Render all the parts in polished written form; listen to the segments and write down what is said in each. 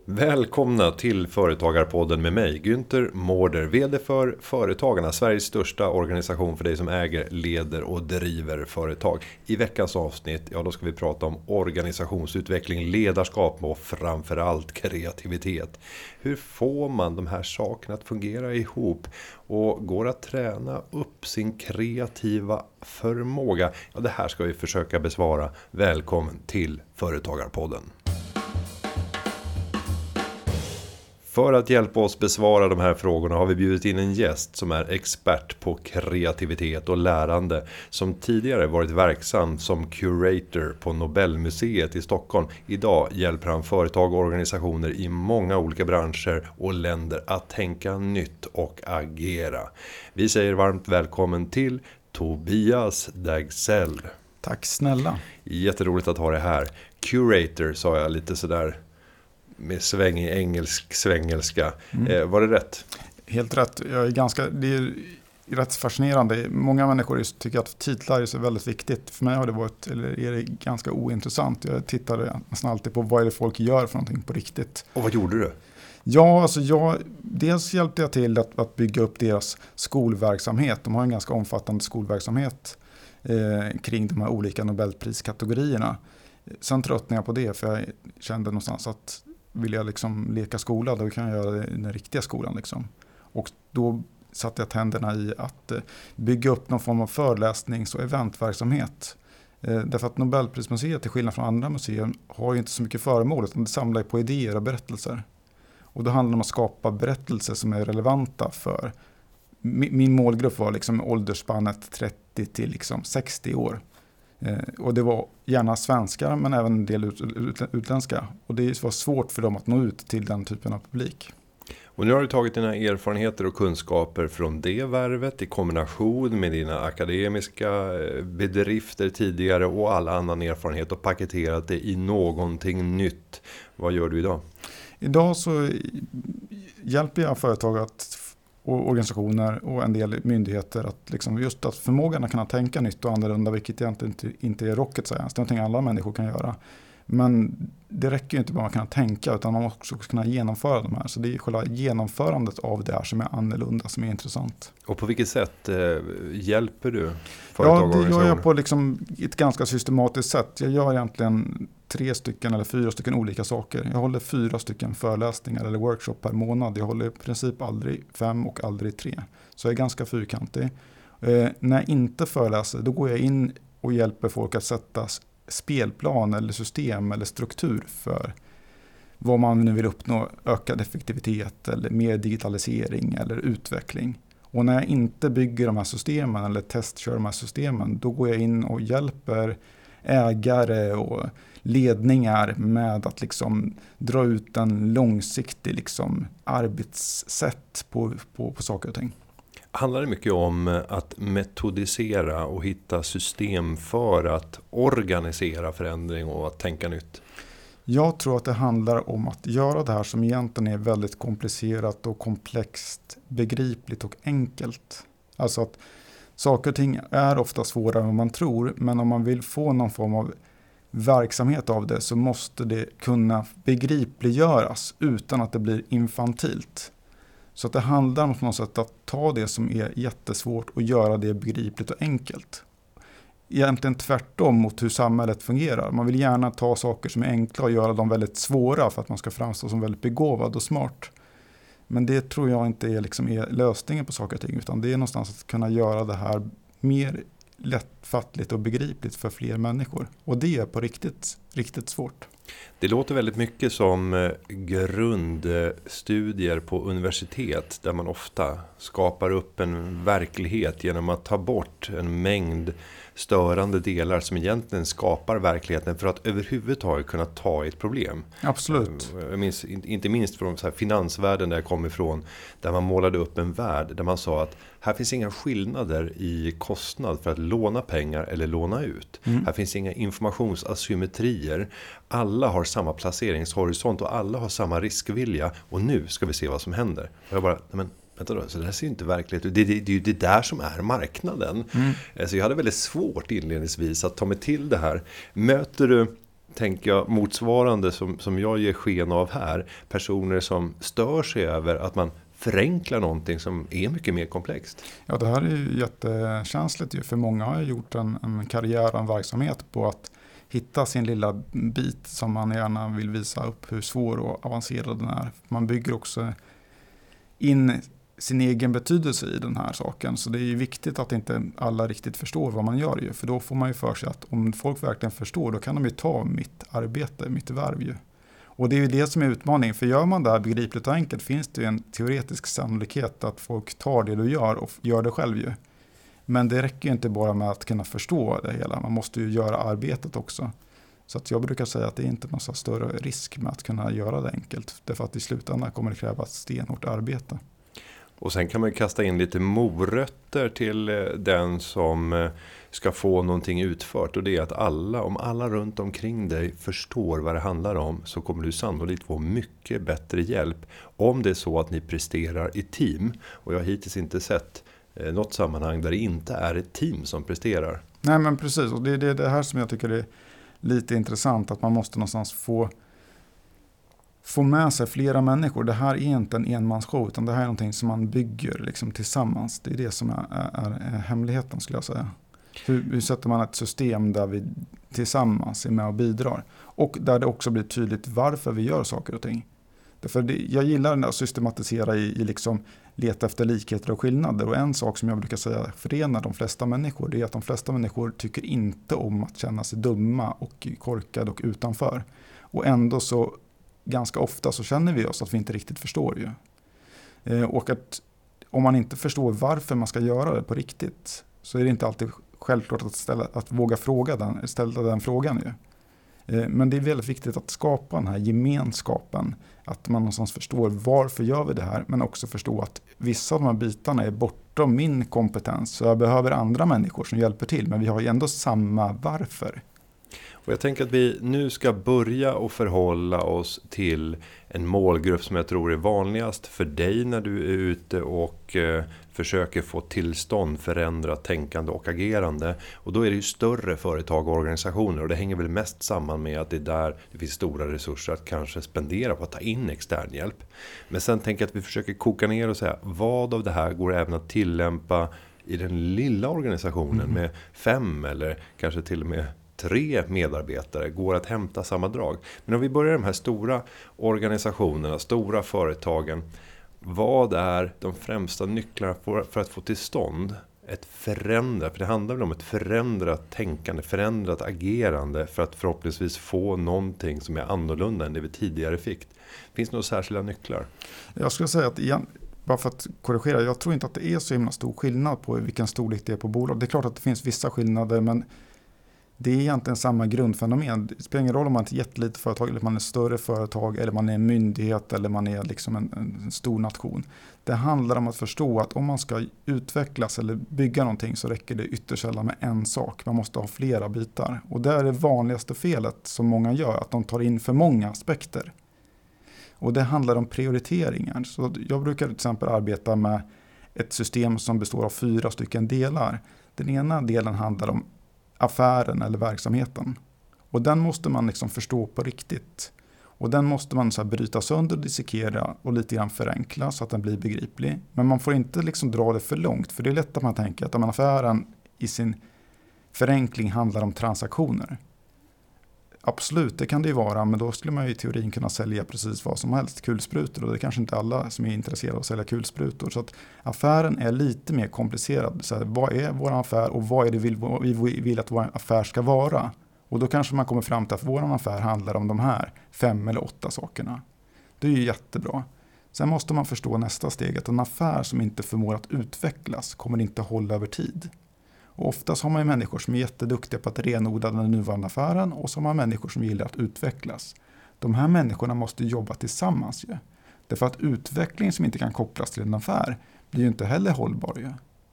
Välkomna till Företagarpodden med mig, Günther Mårder, vd för Företagarna, Sveriges största organisation för dig som äger, leder och driver företag. I veckans avsnitt, då ska vi prata om organisationsutveckling, ledarskap och framförallt kreativitet. Hur får man de här sakerna att fungera ihop och går att träna upp sin kreativa förmåga? Ja, det här ska vi försöka besvara. Välkommen till Företagarpodden. För att hjälpa oss besvara de här frågorna har vi bjudit in en gäst som är expert på kreativitet och lärande, som tidigare varit verksam som curator på Nobelmuseet i Stockholm. Idag hjälper han företag och organisationer i många olika branscher och länder att tänka nytt och agera. Vi säger varmt välkommen till Tobias Dagsell. Tack snälla. Jätteroligt att ha dig här. Curator sa jag lite sådär med sväng i engelsk svängelska. Var det rätt? Helt rätt. Det är rätt fascinerande. Många människor tycker att titlar är så väldigt viktigt. För mig har det varit, eller är det ganska ointressant. Jag tittar nästan alltid på vad är det folk gör för någonting på riktigt. Och vad gjorde du? Ja, dels hjälpte jag till att bygga upp deras skolverksamhet. De har en ganska omfattande skolverksamhet kring de här olika Nobelpriskategorierna. Sen tröttnade jag på det, för jag kände någonstans att vill jag liksom leka skola, då kan jag göra det i den riktiga skolan. Liksom. Och då satte jag tänderna i att bygga upp någon form av föreläsnings- och eventverksamhet. Därför att Nobelprismuseet, till skillnad från andra museer, har ju inte så mycket föremål, utan det samlar på idéer och berättelser. Och då handlar det om att skapa berättelser som är relevanta för. Min målgrupp var liksom åldersspannet 30 till liksom 60 år. Och det var gärna svenskar, men även en del utländska. Och det var svårt för dem att nå ut till den typen av publik. Och nu har du tagit dina erfarenheter och kunskaper från det värvet i kombination med dina akademiska bedrifter tidigare och all annan erfarenhet och paketerat det i någonting nytt. Vad gör du idag? Idag så hjälper jag företag och organisationer och en del myndigheter att liksom just att förmågan att kunna tänka nytt och annorlunda, vilket egentligen inte är rocket science, det är någonting alla människor kan göra. Men det räcker ju inte bara att kunna tänka, utan man måste också kunna genomföra de här. Så det är själva genomförandet av det här som är annorlunda, som är intressant. Och på vilket sätt hjälper du företag och organisationer? Ja, det gör jag på liksom ett ganska systematiskt sätt. Jag gör egentligen 3 eller 4 olika saker. Jag håller 4 föreläsningar eller workshop per månad. Jag håller i princip aldrig 5 och aldrig 3. Så jag är ganska fyrkantig. När jag inte föreläser, då går jag in och hjälper folk att sätta spelplan eller system eller struktur för vad man nu vill uppnå, ökad effektivitet eller mer digitalisering eller utveckling. Och när jag inte bygger de här systemen eller testkör de här systemen, då går jag in och hjälper ägare och ledningar med att liksom dra ut en långsiktig liksom arbetssätt på saker och ting. Handlar det mycket om att metodisera och hitta system för att organisera förändring och att tänka nytt? Jag tror att det handlar om att göra det här som egentligen är väldigt komplicerat och komplext, begripligt och enkelt. Alltså att saker och ting är ofta svårare än vad man tror, men om man vill få någon form av verksamhet av det så måste det kunna begripliggöras utan att det blir infantilt. Så att det handlar om på något sätt att ta det som är jättesvårt och göra det begripligt och enkelt. Egentligen tvärtom mot hur samhället fungerar. Man vill gärna ta saker som är enkla och göra dem väldigt svåra för att man ska framstå som väldigt begåvad och smart. Men det tror jag inte är lösningen på saker och ting, utan det är någonstans att kunna göra det här mer lättfattligt och begripligt för fler människor. Och det är på riktigt svårt. Det låter väldigt mycket som grundstudier på universitet där man ofta skapar upp en verklighet genom att ta bort en mängd störande delar som egentligen skapar verkligheten för att överhuvudtaget kunna ta ett problem. Absolut. Jag minns, inte minst från så här finansvärlden där jag kom ifrån, där man målade upp en värld där man sa att här finns inga skillnader i kostnad för att låna pengar eller låna ut. Här finns inga informationsasymmetrier. Alla har samma placeringshorisont och alla har samma riskvilja. Och nu ska vi se vad som händer. Och jag bara, men vänta då, så det här ser ju inte verkligt ut. Det är ju det där som är marknaden. Så jag hade väldigt svårt inledningsvis att ta mig till det här. Möter du tänker jag motsvarande som jag ger sken av här. Personer som stör sig över att man förenklar någonting som är mycket mer komplext. Ja, det här är ju jättekänsligt ju, för många har gjort en karriär och en verksamhet på att hitta sin lilla bit som man gärna vill visa upp hur svår och avancerad den är. Man bygger också in sin egen betydelse i den här saken. Så det är ju viktigt att inte alla riktigt förstår vad man gör ju. För då får man ju för sig att om folk verkligen förstår, då kan de ju ta mitt arbete, mitt värv ju. Och det är ju det som är utmaningen. För gör man det här begripligt och enkelt finns det ju en teoretisk sannolikhet att folk tar det du gör och gör det själv ju. Men det räcker ju inte bara med att kunna förstå det hela. Man måste ju göra arbetet också. Så att jag brukar säga att det är inte någon större risk med att kunna göra det enkelt. Därför att i slutändan kommer det kräva ett stenhårt arbete. Och sen kan man kasta in lite morötter till den som ska få någonting utfört. Och det är att om alla runt omkring dig förstår vad det handlar om, så kommer du sannolikt få mycket bättre hjälp om det är så att ni presterar i team. Och jag har hittills inte sett något sammanhang där det inte är ett team som presterar. Nej, men precis. Och det är det här som jag tycker är lite intressant. Att man måste någonstans få med sig flera människor. Det här är inte en enmansshow, utan det här är någonting som man bygger liksom tillsammans. Det är det som är hemligheten, skulle jag säga. Hur sätter man ett system där vi tillsammans är med och bidrar? Och där det också blir tydligt varför vi gör saker och ting. Därför jag gillar att systematisera i liksom leta efter likheter och skillnader. Och en sak som jag brukar säga förenar de flesta människor, det är att de flesta människor tycker inte om att känna sig dumma och korkade och utanför. Och ändå så ganska ofta så känner vi oss att vi inte riktigt förstår ju. Och att om man inte förstår varför man ska göra det på riktigt, så är det inte alltid självklart att våga ställa den frågan ju. Men det är väldigt viktigt att skapa den här gemenskapen. Att man någonstans förstår varför gör vi det här, men också förstå att vissa av de här bitarna är bortom min kompetens. Så jag behöver andra människor som hjälper till, men vi har ju ändå samma varför. Och jag tänker att vi nu ska börja och förhålla oss till en målgrupp som jag tror är vanligast för dig när du är ute och försöker få tillstånd, förändra tänkande och agerande. Och då är det ju större företag och organisationer, och det hänger väl mest samman med att det är där det finns stora resurser att kanske spendera på att ta in extern hjälp. Men sen tänker jag att vi försöker koka ner och säga vad av det här går även att tillämpa i den lilla organisationen med 5 eller kanske till och med 3 medarbetare, går att hämta samma drag. Men om vi börjar de här stora organisationerna, stora företagen, vad är de främsta nycklarna för att få till stånd ett förändrat, för det handlar väl om ett förändrat tänkande, förändrat agerande för att förhoppningsvis få någonting som är annorlunda än det vi tidigare fick. Finns det några särskilda nycklar? Jag skulle säga att bara för att korrigera, jag tror inte att det är så himla stor skillnad på vilken storlek det är på bolag. Det är klart att det finns vissa skillnader, men det är egentligen samma grundfenomen. Det spelar ingen roll om man är ett jättelitet företag eller man är ett större företag eller man är en myndighet eller man är liksom en stor nation. Det handlar om att förstå att om man ska utvecklas eller bygga någonting så räcker det ytterst sällan med en sak. Man måste ha flera bitar. Och det är det vanligaste felet som många gör, att de tar in för många aspekter. Och det handlar om prioriteringar. Så jag brukar till exempel arbeta med ett system som består av 4 stycken delar. Den ena delen handlar om affären eller verksamheten. Och den måste man liksom förstå på riktigt. Och den måste man så här bryta sönder, dissekera och lite grann förenkla så att den blir begriplig. Men man får inte liksom dra det för långt, för det är lätt att man tänker att affären i sin förenkling handlar om transaktioner. Absolut, det kan det ju vara, men då skulle man ju i teorin kunna sälja precis vad som helst, kulsprutor, och det är kanske inte alla som är intresserade av att sälja kulsprutor. Så att affären är lite mer komplicerad. Så här, vad är vår affär och vad är det vi vill att vår affär ska vara? Och då kanske man kommer fram till att vår affär handlar om de här 5 eller 8 sakerna. Det är ju jättebra. Sen måste man förstå nästa steg, att en affär som inte förmår att utvecklas kommer inte hålla över tid. Och oftast har man ju människor som är jätteduktiga på att renodla den nuvarande affären, och så har man människor som gillar att utvecklas. De här människorna måste jobba tillsammans ju. Därför att utveckling som inte kan kopplas till en affär blir ju inte heller hållbar ju.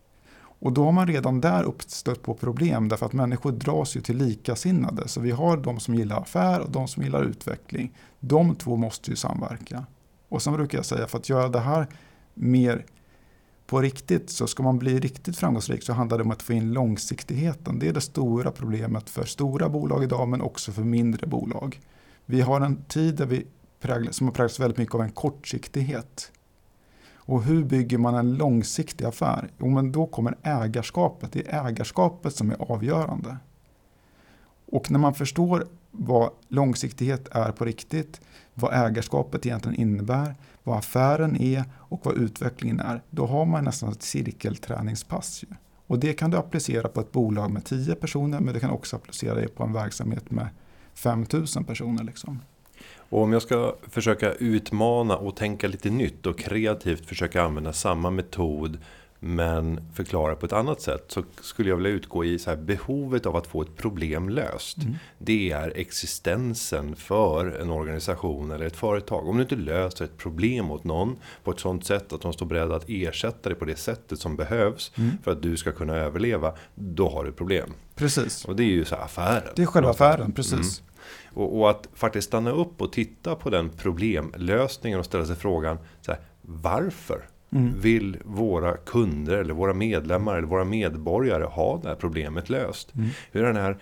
Och då har man redan där uppstött på problem, därför att människor dras ju till likasinnade. Så vi har de som gillar affär och de som gillar utveckling. De två måste ju samverka. Och sen brukar jag säga, för att göra det här mer på riktigt, så ska man bli riktigt framgångsrik så handlar det om att få in långsiktigheten. Det är det stora problemet för stora bolag idag, men också för mindre bolag. Vi har en tid som har präglats väldigt mycket av en kortsiktighet. Och hur bygger man en långsiktig affär? Jo, men då kommer ägarskapet. Det är ägarskapet som är avgörande. Och när man förstår vad långsiktighet är på riktigt, vad ägarskapet egentligen innebär, vad affären är och vad utvecklingen är, då har man nästan ett cirkelträningspass. Och det kan du applicera på ett bolag med 10 personer, men du kan också applicera det på en verksamhet med 5000 personer. Liksom. Och om jag ska försöka utmana och tänka lite nytt och kreativt försöka använda samma metod men förklara på ett annat sätt, så skulle jag vilja utgå i så här, behovet av att få ett problem löst. Det är existensen för en organisation eller ett företag. Om du inte löser ett problem åt någon på ett sådant sätt att de står beredda att ersätta det på det sättet som behövs för att du ska kunna överleva, då har du problem. Precis. Och det är ju så här affären. Det är själva affären, precis. Och att faktiskt stanna upp och titta på den problemlösningen och ställa sig frågan så här, varför vill våra kunder eller våra medlemmar eller våra medborgare ha det här problemet löst? Hur den här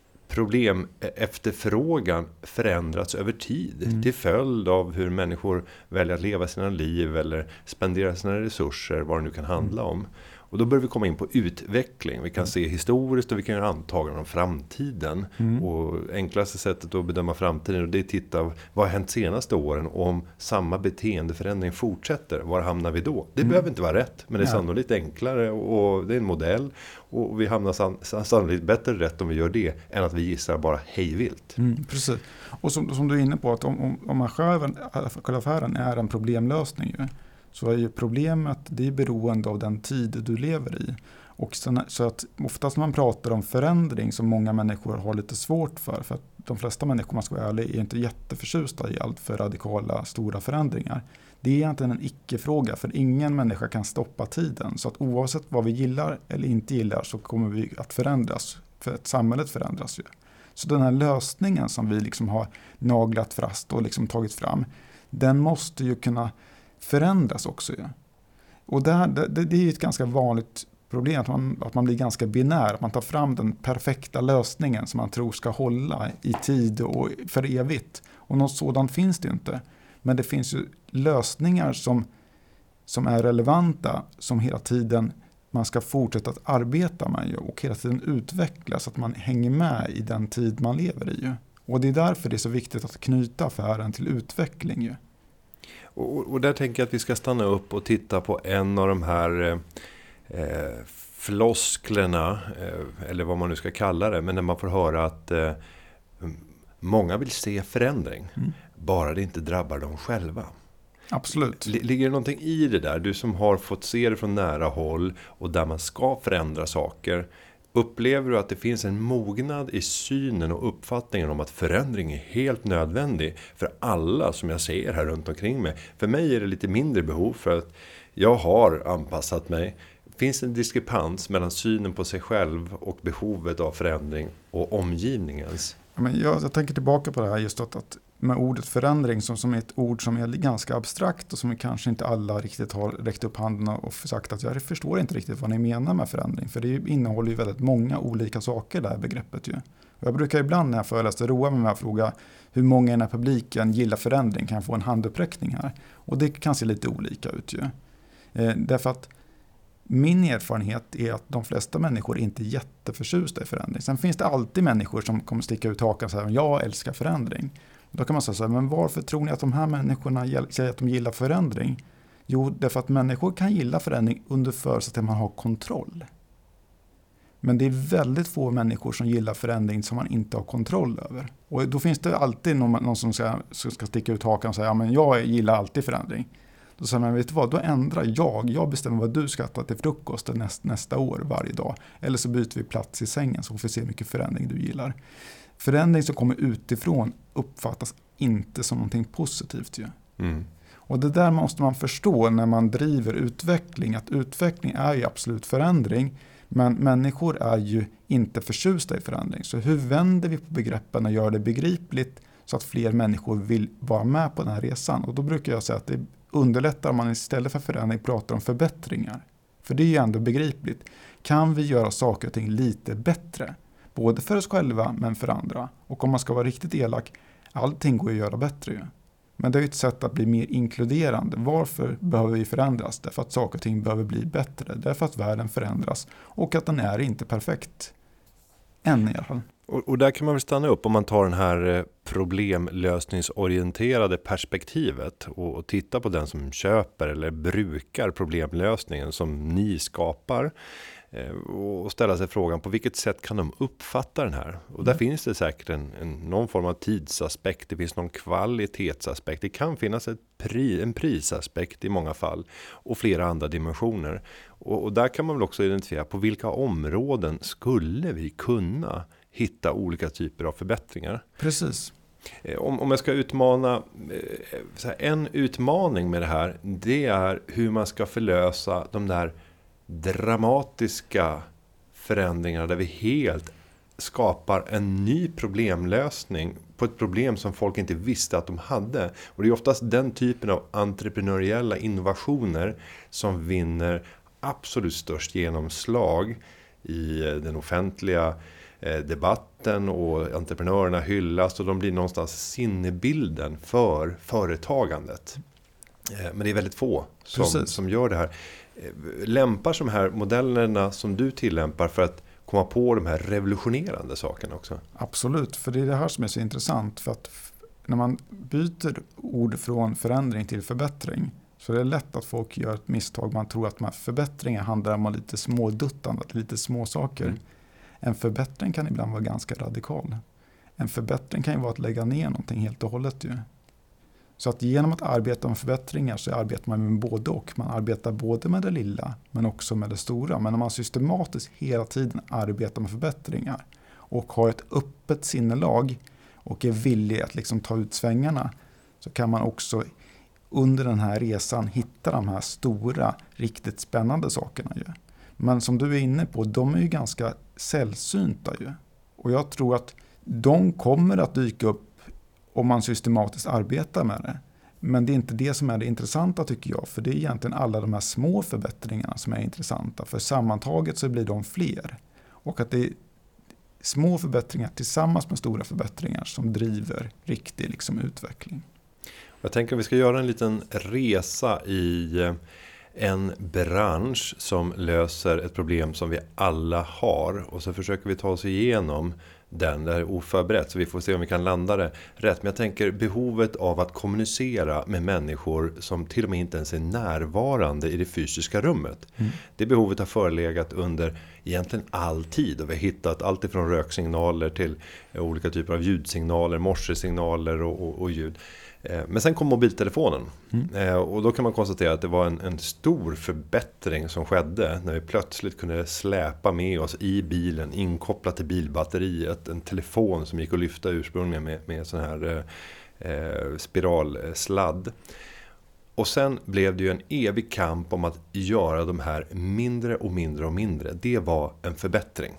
efterfrågan förändrats över tid till följd av hur människor väljer att leva sina liv eller spendera sina resurser, vad det nu kan handla om. Och då börjar vi komma in på utveckling. Vi kan se historiskt och vi kan göra antaganden om framtiden. Och enklaste sättet att bedöma framtiden, det är att titta vad har hänt senaste åren. Och om samma beteendeförändring fortsätter, var hamnar vi då? Det behöver inte vara rätt, men det är sannolikt enklare och det är en modell. Och vi hamnar sannolikt bättre rätt om vi gör det än att vi gissar bara hejvilt. Precis. Och som du är inne på, att om själva affären är en problemlösning ju, så är ju problemet, det är beroende av den tid du lever i. Och så att oftast när man pratar om förändring som många människor har lite svårt för att de flesta människor, man ska vara ärlig, är inte jätteförtjusta i allt för radikala stora förändringar. Det är egentligen en icke-fråga, för ingen människa kan stoppa tiden. Så att oavsett vad vi gillar eller inte gillar så kommer vi att förändras, för att samhället förändras ju. Så den här lösningen som vi liksom har naglat fast och liksom tagit fram, den måste ju kunna förändras också. Ja. Och det är ju ett ganska vanligt problem att man blir ganska binär. Att man tar fram den perfekta lösningen som man tror ska hålla i tid och för evigt. Och något sådant finns det inte. Men det finns ju lösningar som är relevanta, som hela tiden man ska fortsätta att arbeta med och hela tiden utveckla så att man hänger med i den tid man lever i. Och det är därför det är så viktigt att knyta affären till utveckling ju. Och där tänker jag att vi ska stanna upp och titta på en av de här flosklerna, eller vad man nu ska kalla det, men när man får höra att många vill se förändring, bara det inte drabbar dem själva. Absolut. Ligger det någonting i det där? Du som har fått se det från nära håll och där man ska förändra saker, upplever du att det finns en mognad i synen och uppfattningen om att förändring är helt nödvändig för alla som jag ser här runt omkring mig? För mig är det lite mindre behov för att jag har anpassat mig. Finns det en diskrepans mellan synen på sig själv och behovet av förändring och omgivningens? Men jag tänker tillbaka på det här just att med ordet förändring som är ett ord som är ganska abstrakt och som kanske inte alla riktigt har räckt upp handen och sagt att jag förstår inte riktigt vad ni menar med förändring. För det innehåller ju väldigt många olika saker, det här begreppet ju. Jag brukar ibland när jag föreläser roa mig med att fråga hur många i den här publiken gillar förändring, kan jag få en handuppräckning här? Och det kan se lite olika ut ju. Därför att min erfarenhet är att de flesta människor inte är jätteförtjusta i förändring. Sen finns det alltid människor som kommer sticka ut hakan och säga jag älskar förändring. Då kan man säga så här, men varför tror ni att de här människorna säger att de gillar förändring? Jo, därför att människor kan gilla förändring under förutsättning att man har kontroll. Men det är väldigt få människor som gillar förändring som man inte har kontroll över. Och då finns det alltid någon som ska sticka ut hakan och säga, ja, men jag gillar alltid förändring. Då säger man, vet du vad, då ändrar jag bestämmer vad du ska äta till frukost nästa år varje dag. Eller så byter vi plats i sängen så får vi se hur mycket förändring du gillar. Förändring som kommer utifrån uppfattas inte som någonting positivt ju. Och det där måste man förstå när man driver utveckling, att utveckling är ju absolut förändring, men människor är ju inte förtjusta i förändring. Så hur vänder vi på begreppen och gör det begripligt så att fler människor vill vara med på den här resan? Och då brukar jag säga att det underlättar man istället för förändring pratar om förbättringar. För det är ju ändå begripligt. Kan vi göra saker och ting lite bättre? Både för oss själva men för andra. Och om man ska vara riktigt elak, allting går ju att göra bättre ju. Men det är ju ett sätt att bli mer inkluderande. Varför behöver vi förändras? Därför att saker och ting behöver bli bättre. Därför att världen förändras. Och att den är inte perfekt. Än i alla fall. Och där kan man väl stanna upp om man tar den här problemlösningsorienterade perspektivet och titta på den som köper eller brukar problemlösningen som ni skapar och ställa sig frågan på vilket sätt kan de uppfatta den här? Och där finns det säkert någon form av tidsaspekt, det finns någon kvalitetsaspekt, det kan finnas en prisaspekt i många fall och flera andra dimensioner. Och där kan man väl också identifiera på vilka områden skulle vi kunna hitta olika typer av förbättringar. Precis. Om jag ska utmana, en utmaning med det här, det är hur man ska förlösa de där dramatiska förändringarna där vi helt skapar en ny problemlösning på ett problem som folk inte visste att de hade. Och det är oftast den typen av entreprenöriella innovationer som vinner absolut störst genomslag i den offentliga debatten, och entreprenörerna hyllas och de blir någonstans sinnebilden för företagandet. Men det är väldigt få som gör det här. Lämpar de här modellerna som du tillämpar för att komma på de här revolutionerande sakerna också? Absolut, för det är det här som är så intressant. För att när man byter ord från förändring till förbättring så är det lätt att folk gör ett misstag. Man tror att de här förbättringar handlar om lite småduttande, lite små saker. Mm. En förbättring kan ibland vara ganska radikal. En förbättring kan ju vara att lägga ner någonting helt och hållet ju. Så att genom att arbeta med förbättringar så arbetar man med både och. Man arbetar både med det lilla men också med det stora. Men när man systematiskt hela tiden arbetar med förbättringar och har ett öppet sinnelag och är villig att liksom ta ut svängarna, så kan man också under den här resan hitta de här stora, riktigt spännande sakerna ju. Men som du är inne på, de är ju ganska sällsynta ju. Och jag tror att de kommer att dyka upp om man systematiskt arbetar med det. Men det är inte det som är det intressanta tycker jag. För det är egentligen alla de här små förbättringarna som är intressanta. För sammantaget så blir de fler. Och att det är små förbättringar tillsammans med stora förbättringar som driver riktig liksom utveckling. Jag tänker att vi ska göra en liten resa i en bransch som löser ett problem som vi alla har. Och så försöker vi ta oss igenom den där oförberett, så vi får se om vi kan landa det rätt. Men jag tänker behovet av att kommunicera med människor som till och med inte ens är närvarande i det fysiska rummet. Mm. Det behovet har förelegat under egentligen all tid, och vi har hittat allt ifrån röksignaler till olika typer av ljudsignaler, morsesignaler och ljud. Men sen kom mobiltelefonen och då kan man konstatera att det var en stor förbättring som skedde när vi plötsligt kunde släpa med oss i bilen, inkopplat till bilbatteriet, en telefon som gick att lyfta ursprungligen med sån här spiralsladd. Och sen blev det ju en evig kamp om att göra de här mindre och mindre och mindre. Det var en förbättring.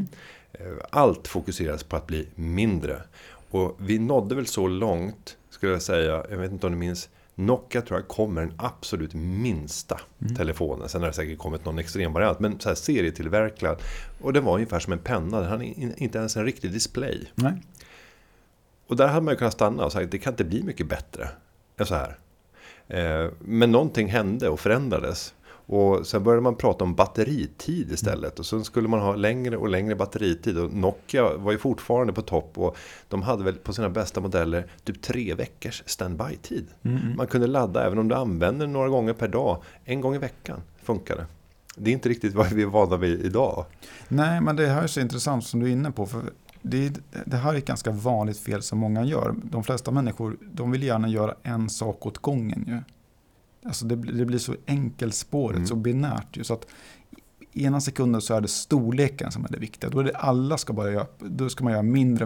Allt fokuseras på att bli mindre. Och vi nådde väl så långt, skulle jag säga, jag vet inte om du minns, Nokia tror jag kommer den absolut minsta telefonen. Sen har det säkert kommit någon extrem variant, men så här serietillverkad. Och det var ungefär som en penna, den hade inte ens en riktig display. Nej. Och där hade man ju kunnat stanna och säga att det kan inte bli mycket bättre än så här. Men någonting hände och förändrades. Och sen började man prata om batteritid istället. Och sen skulle man ha längre och längre batteritid. Och Nokia var ju fortfarande på topp. Och de hade väl på sina bästa modeller typ 3 veckors standby-tid. Man kunde ladda även om du använder några gånger per dag. En gång i veckan funkar det. Det är inte riktigt vad vi är vana vid idag. Nej, men det här är så intressant som du är inne på. För det här är ett ganska vanligt fel som många gör. De flesta människor, de vill gärna göra en sak åt gången ju. Alltså det blir så enkelspåret, så binärt ju, så att i ena sekunden så är det storleken som är det viktiga. Då är det alla ska bara göra, då ska man göra mindre.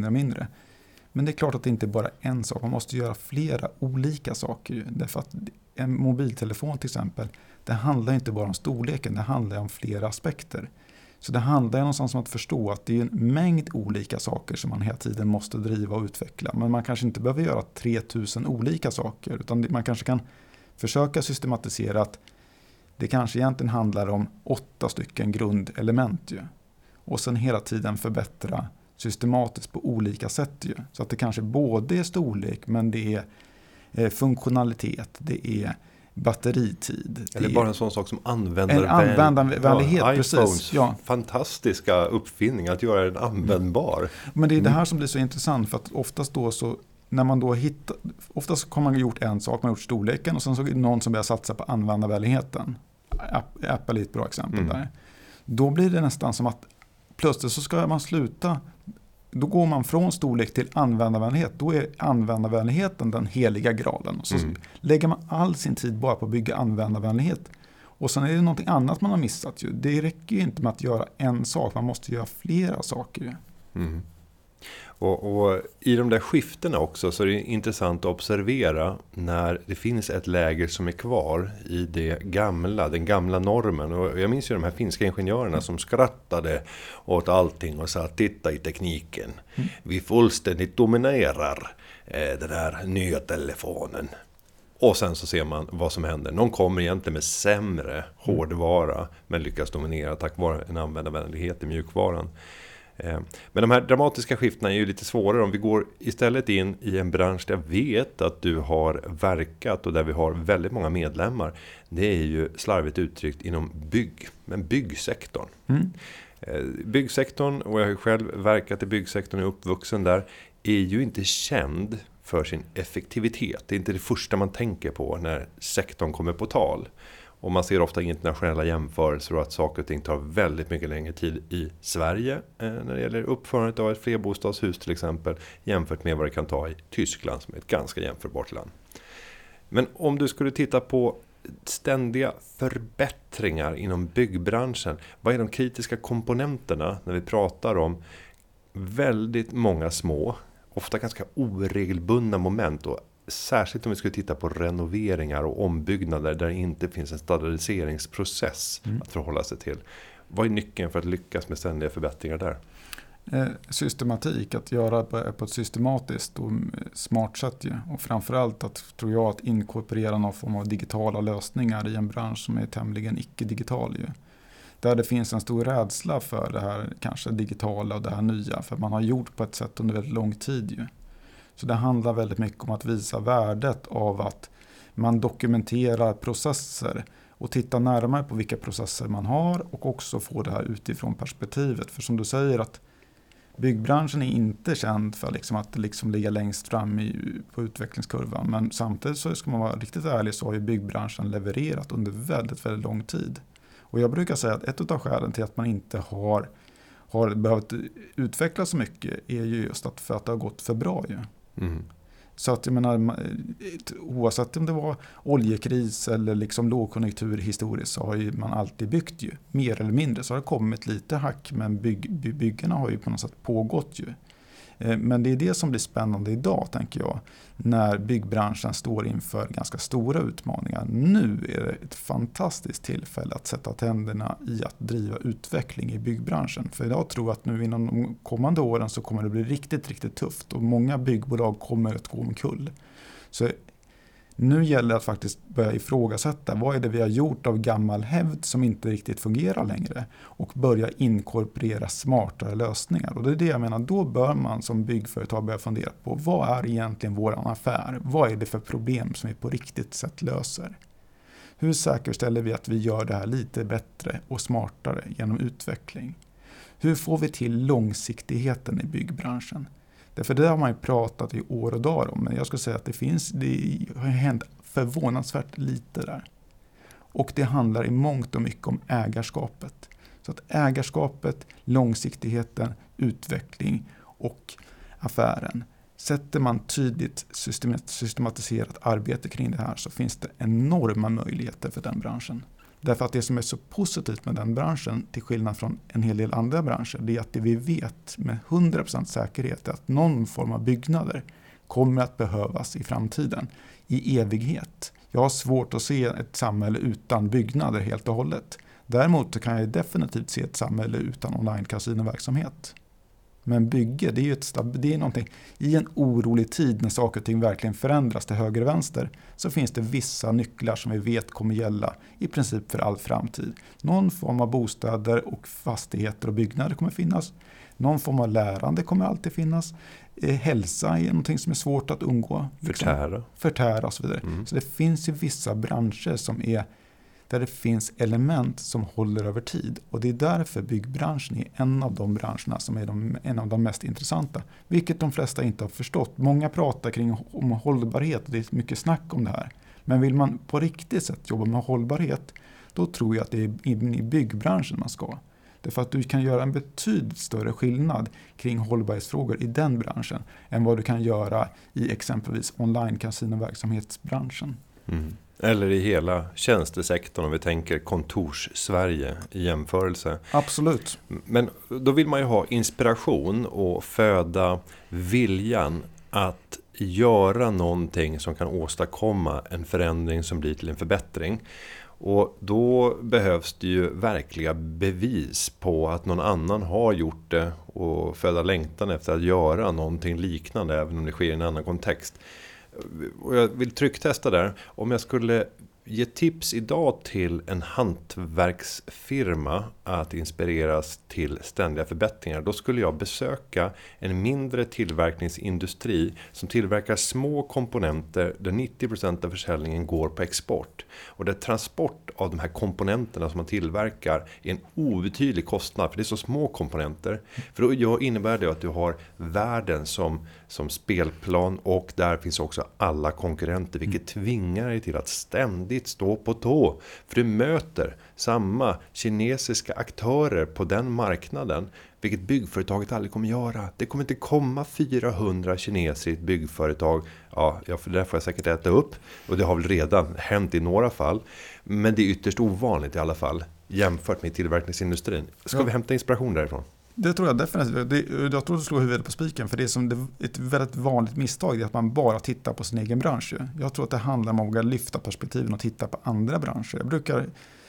Men det är klart att det inte är bara en sak, man måste göra flera olika saker ju. Därför att en mobiltelefon till exempel, det handlar inte bara om storleken, det handlar om flera aspekter. Så det handlar någonstans om att förstå att det är en mängd olika saker som man hela tiden måste driva och utveckla. Men man kanske inte behöver göra 3000 olika saker, utan man kanske kan försöka systematisera att det kanske egentligen handlar om 8 stycken grundelement ju. Och sen hela tiden förbättra systematiskt på olika sätt ju. Så att det kanske både är storlek, men det är funktionalitet, det är batteritid. Eller bara en sån sak som användarvänlighet. Ja, precis. iPhones Ja. fantastiska uppfinning att göra den användbar. Men det är det här som blir så intressant, för att oftast då så när man då hittar, oftast har man gjort en sak, man har gjort storleken och sen så är det någon som börjar satsa på användarvänligheten. Apple är ett bra exempel där. Då blir det nästan som att plötsligt så ska man sluta, då går man från storlek till användarvänlighet. Då är användarvänligheten den heliga graden. Och så lägger man all sin tid bara på att bygga användarvänlighet. Och sen är det någonting annat man har missat. Ju. Det räcker ju inte med att göra en sak, man måste göra flera saker. Ju. Mm. Och i de där skiftena också så är det intressant att observera när det finns ett läger som är kvar i den gamla normen. Och jag minns ju de här finska ingenjörerna som skrattade åt allting och sa: titta i tekniken. Vi fullständigt dominerar den här nya telefonen. Och sen så ser man vad som händer. Någon kommer egentligen med sämre hårdvara men lyckas dominera tack vare en användarvänlighet i mjukvaran. Men de här dramatiska skiftena är ju lite svårare om vi går istället in i en bransch där jag vet att du har verkat och där vi har väldigt många medlemmar. Det är ju slarvigt uttryckt inom byggsektorn. Byggsektorn, och jag har ju själv verkat i byggsektorn och är uppvuxen där, är ju inte känd för sin effektivitet. Det är inte det första man tänker på när sektorn kommer på tal. Och man ser ofta internationella jämförelser och att saker och ting tar väldigt mycket längre tid i Sverige när det gäller uppförandet av ett flerbostadshus till exempel, jämfört med vad det kan ta i Tyskland som är ett ganska jämförbart land. Men om du skulle titta på ständiga förbättringar inom byggbranschen, vad är de kritiska komponenterna när vi pratar om väldigt många små, ofta ganska oregelbundna moment, och särskilt om vi skulle titta på renoveringar och ombyggnader där det inte finns en standardiseringsprocess att förhålla sig till. Vad är nyckeln för att lyckas med ständiga förbättringar där? Systematik, att göra på ett systematiskt och smart sätt. Ju. Och framförallt tror jag att inkorporera någon form av digitala lösningar i en bransch som är tämligen icke-digital. Ju. Där det finns en stor rädsla för det här kanske digitala och det här nya. För man har gjort på ett sätt under väldigt lång tid. Ju. Så det handlar väldigt mycket om att visa värdet av att man dokumenterar processer och tittar närmare på vilka processer man har och också få det här utifrån perspektivet. För som du säger att byggbranschen är inte känd för att ligga längst fram på utvecklingskurvan. Men samtidigt så ska man vara riktigt ärlig, så har ju byggbranschen levererat under väldigt, väldigt lång tid. Och jag brukar säga att ett av skälen till att man inte har behövt utveckla så mycket är ju just för att det har gått för bra ju. Så att jag menar, oavsett om det var oljekris eller lågkonjunktur historiskt, så har ju man alltid byggt ju. Mer eller mindre så har det kommit lite hack, men byggarna har ju på något sätt pågått ju. Men det är det som blir spännande idag, tänker jag, när byggbranschen står inför ganska stora utmaningar. Nu är det ett fantastiskt tillfälle att sätta tänderna i att driva utveckling i byggbranschen. För jag tror att nu inom de kommande åren så kommer det bli riktigt, riktigt tufft och många byggbolag kommer att gå omkull. Så nu gäller det att faktiskt börja ifrågasätta vad är det vi har gjort av gammal hävd som inte riktigt fungerar längre och börja inkorporera smartare lösningar. Och det är det jag menar, då bör man som byggföretag börja fundera på vad är egentligen våran affär? Vad är det för problem som vi på riktigt sätt löser? Hur säkerställer vi att vi gör det här lite bättre och smartare genom utveckling? Hur får vi till långsiktigheten i byggbranschen? Därför det har man ju pratat i år och dagar om. Men jag skulle säga att det har hänt förvånansvärt lite där. Och det handlar i mångt och mycket om ägarskapet. Så att ägarskapet, långsiktigheten, utveckling och affären. Sätter man tydligt systematiserat arbete kring det här, så finns det enorma möjligheter för den branschen. Därför att det som är så positivt med den branschen, till skillnad från en hel del andra branscher, det är att det vi vet med 100% säkerhet är att någon form av byggnader kommer att behövas i framtiden, i evighet. Jag har svårt att se ett samhälle utan byggnader helt och hållet. Däremot kan jag definitivt se ett samhälle utan online-kasinoverksamhet. Men bygge, det är ju det är någonting, i en orolig tid när saker och ting verkligen förändras till höger och vänster, så finns det vissa nycklar som vi vet kommer gälla i princip för all framtid. Någon form av bostäder och fastigheter och byggnader kommer finnas. Någon form av lärande kommer alltid finnas. Hälsa är någonting som är svårt att undgå. Förtära och så vidare. Så det finns ju vissa branscher som är där det finns element som håller över tid. Och det är därför byggbranschen är en av de branscherna som är en av de mest intressanta. Vilket de flesta inte har förstått. Många pratar om hållbarhet och det är mycket snack om det här. Men vill man på riktigt sätt jobba med hållbarhet, då tror jag att det är in i byggbranschen man ska. Därför att du kan göra en betydligt större skillnad kring hållbarhetsfrågor i den branschen än vad du kan göra i exempelvis online-kasinoverksamhetsbranschen. Eller i hela tjänstesektorn om vi tänker kontors-Sverige i jämförelse. Absolut. Men då vill man ju ha inspiration och föda viljan att göra någonting som kan åstadkomma en förändring som blir till en förbättring. Och då behövs det ju verkliga bevis på att någon annan har gjort det och föda längtan efter att göra någonting liknande även om det sker i en annan kontext. Och jag vill trycktesta där. Om jag skulle ge tips idag till en hantverksfirma att inspireras till ständiga förbättringar, då skulle jag besöka en mindre tillverkningsindustri som tillverkar små komponenter där 90% av försäljningen går på export. Och där transport av de här komponenterna som man tillverkar är en obetydlig kostnad, för det är så små komponenter. För då innebär det att du har världen som spelplan, och där finns också alla konkurrenter, vilket tvingar dig till att ständigt stå på tå. För du möter samma kinesiska aktörer på den marknaden, vilket byggföretaget aldrig kommer göra. Det kommer inte komma 400 kineser i ett byggföretag. Ja, för det där får jag säkert äta upp. Och det har väl redan hänt i några fall. Men det är ytterst ovanligt i alla fall, jämfört med tillverkningsindustrin. Ska vi hämta inspiration därifrån? Det tror jag definitivt. Jag tror att du slår huvudet på spiken, för det är som ett väldigt vanligt misstag är att man bara tittar på sin egen bransch. Jag tror att det handlar om att våga lyfta perspektiven och titta på andra branscher. Jag brukar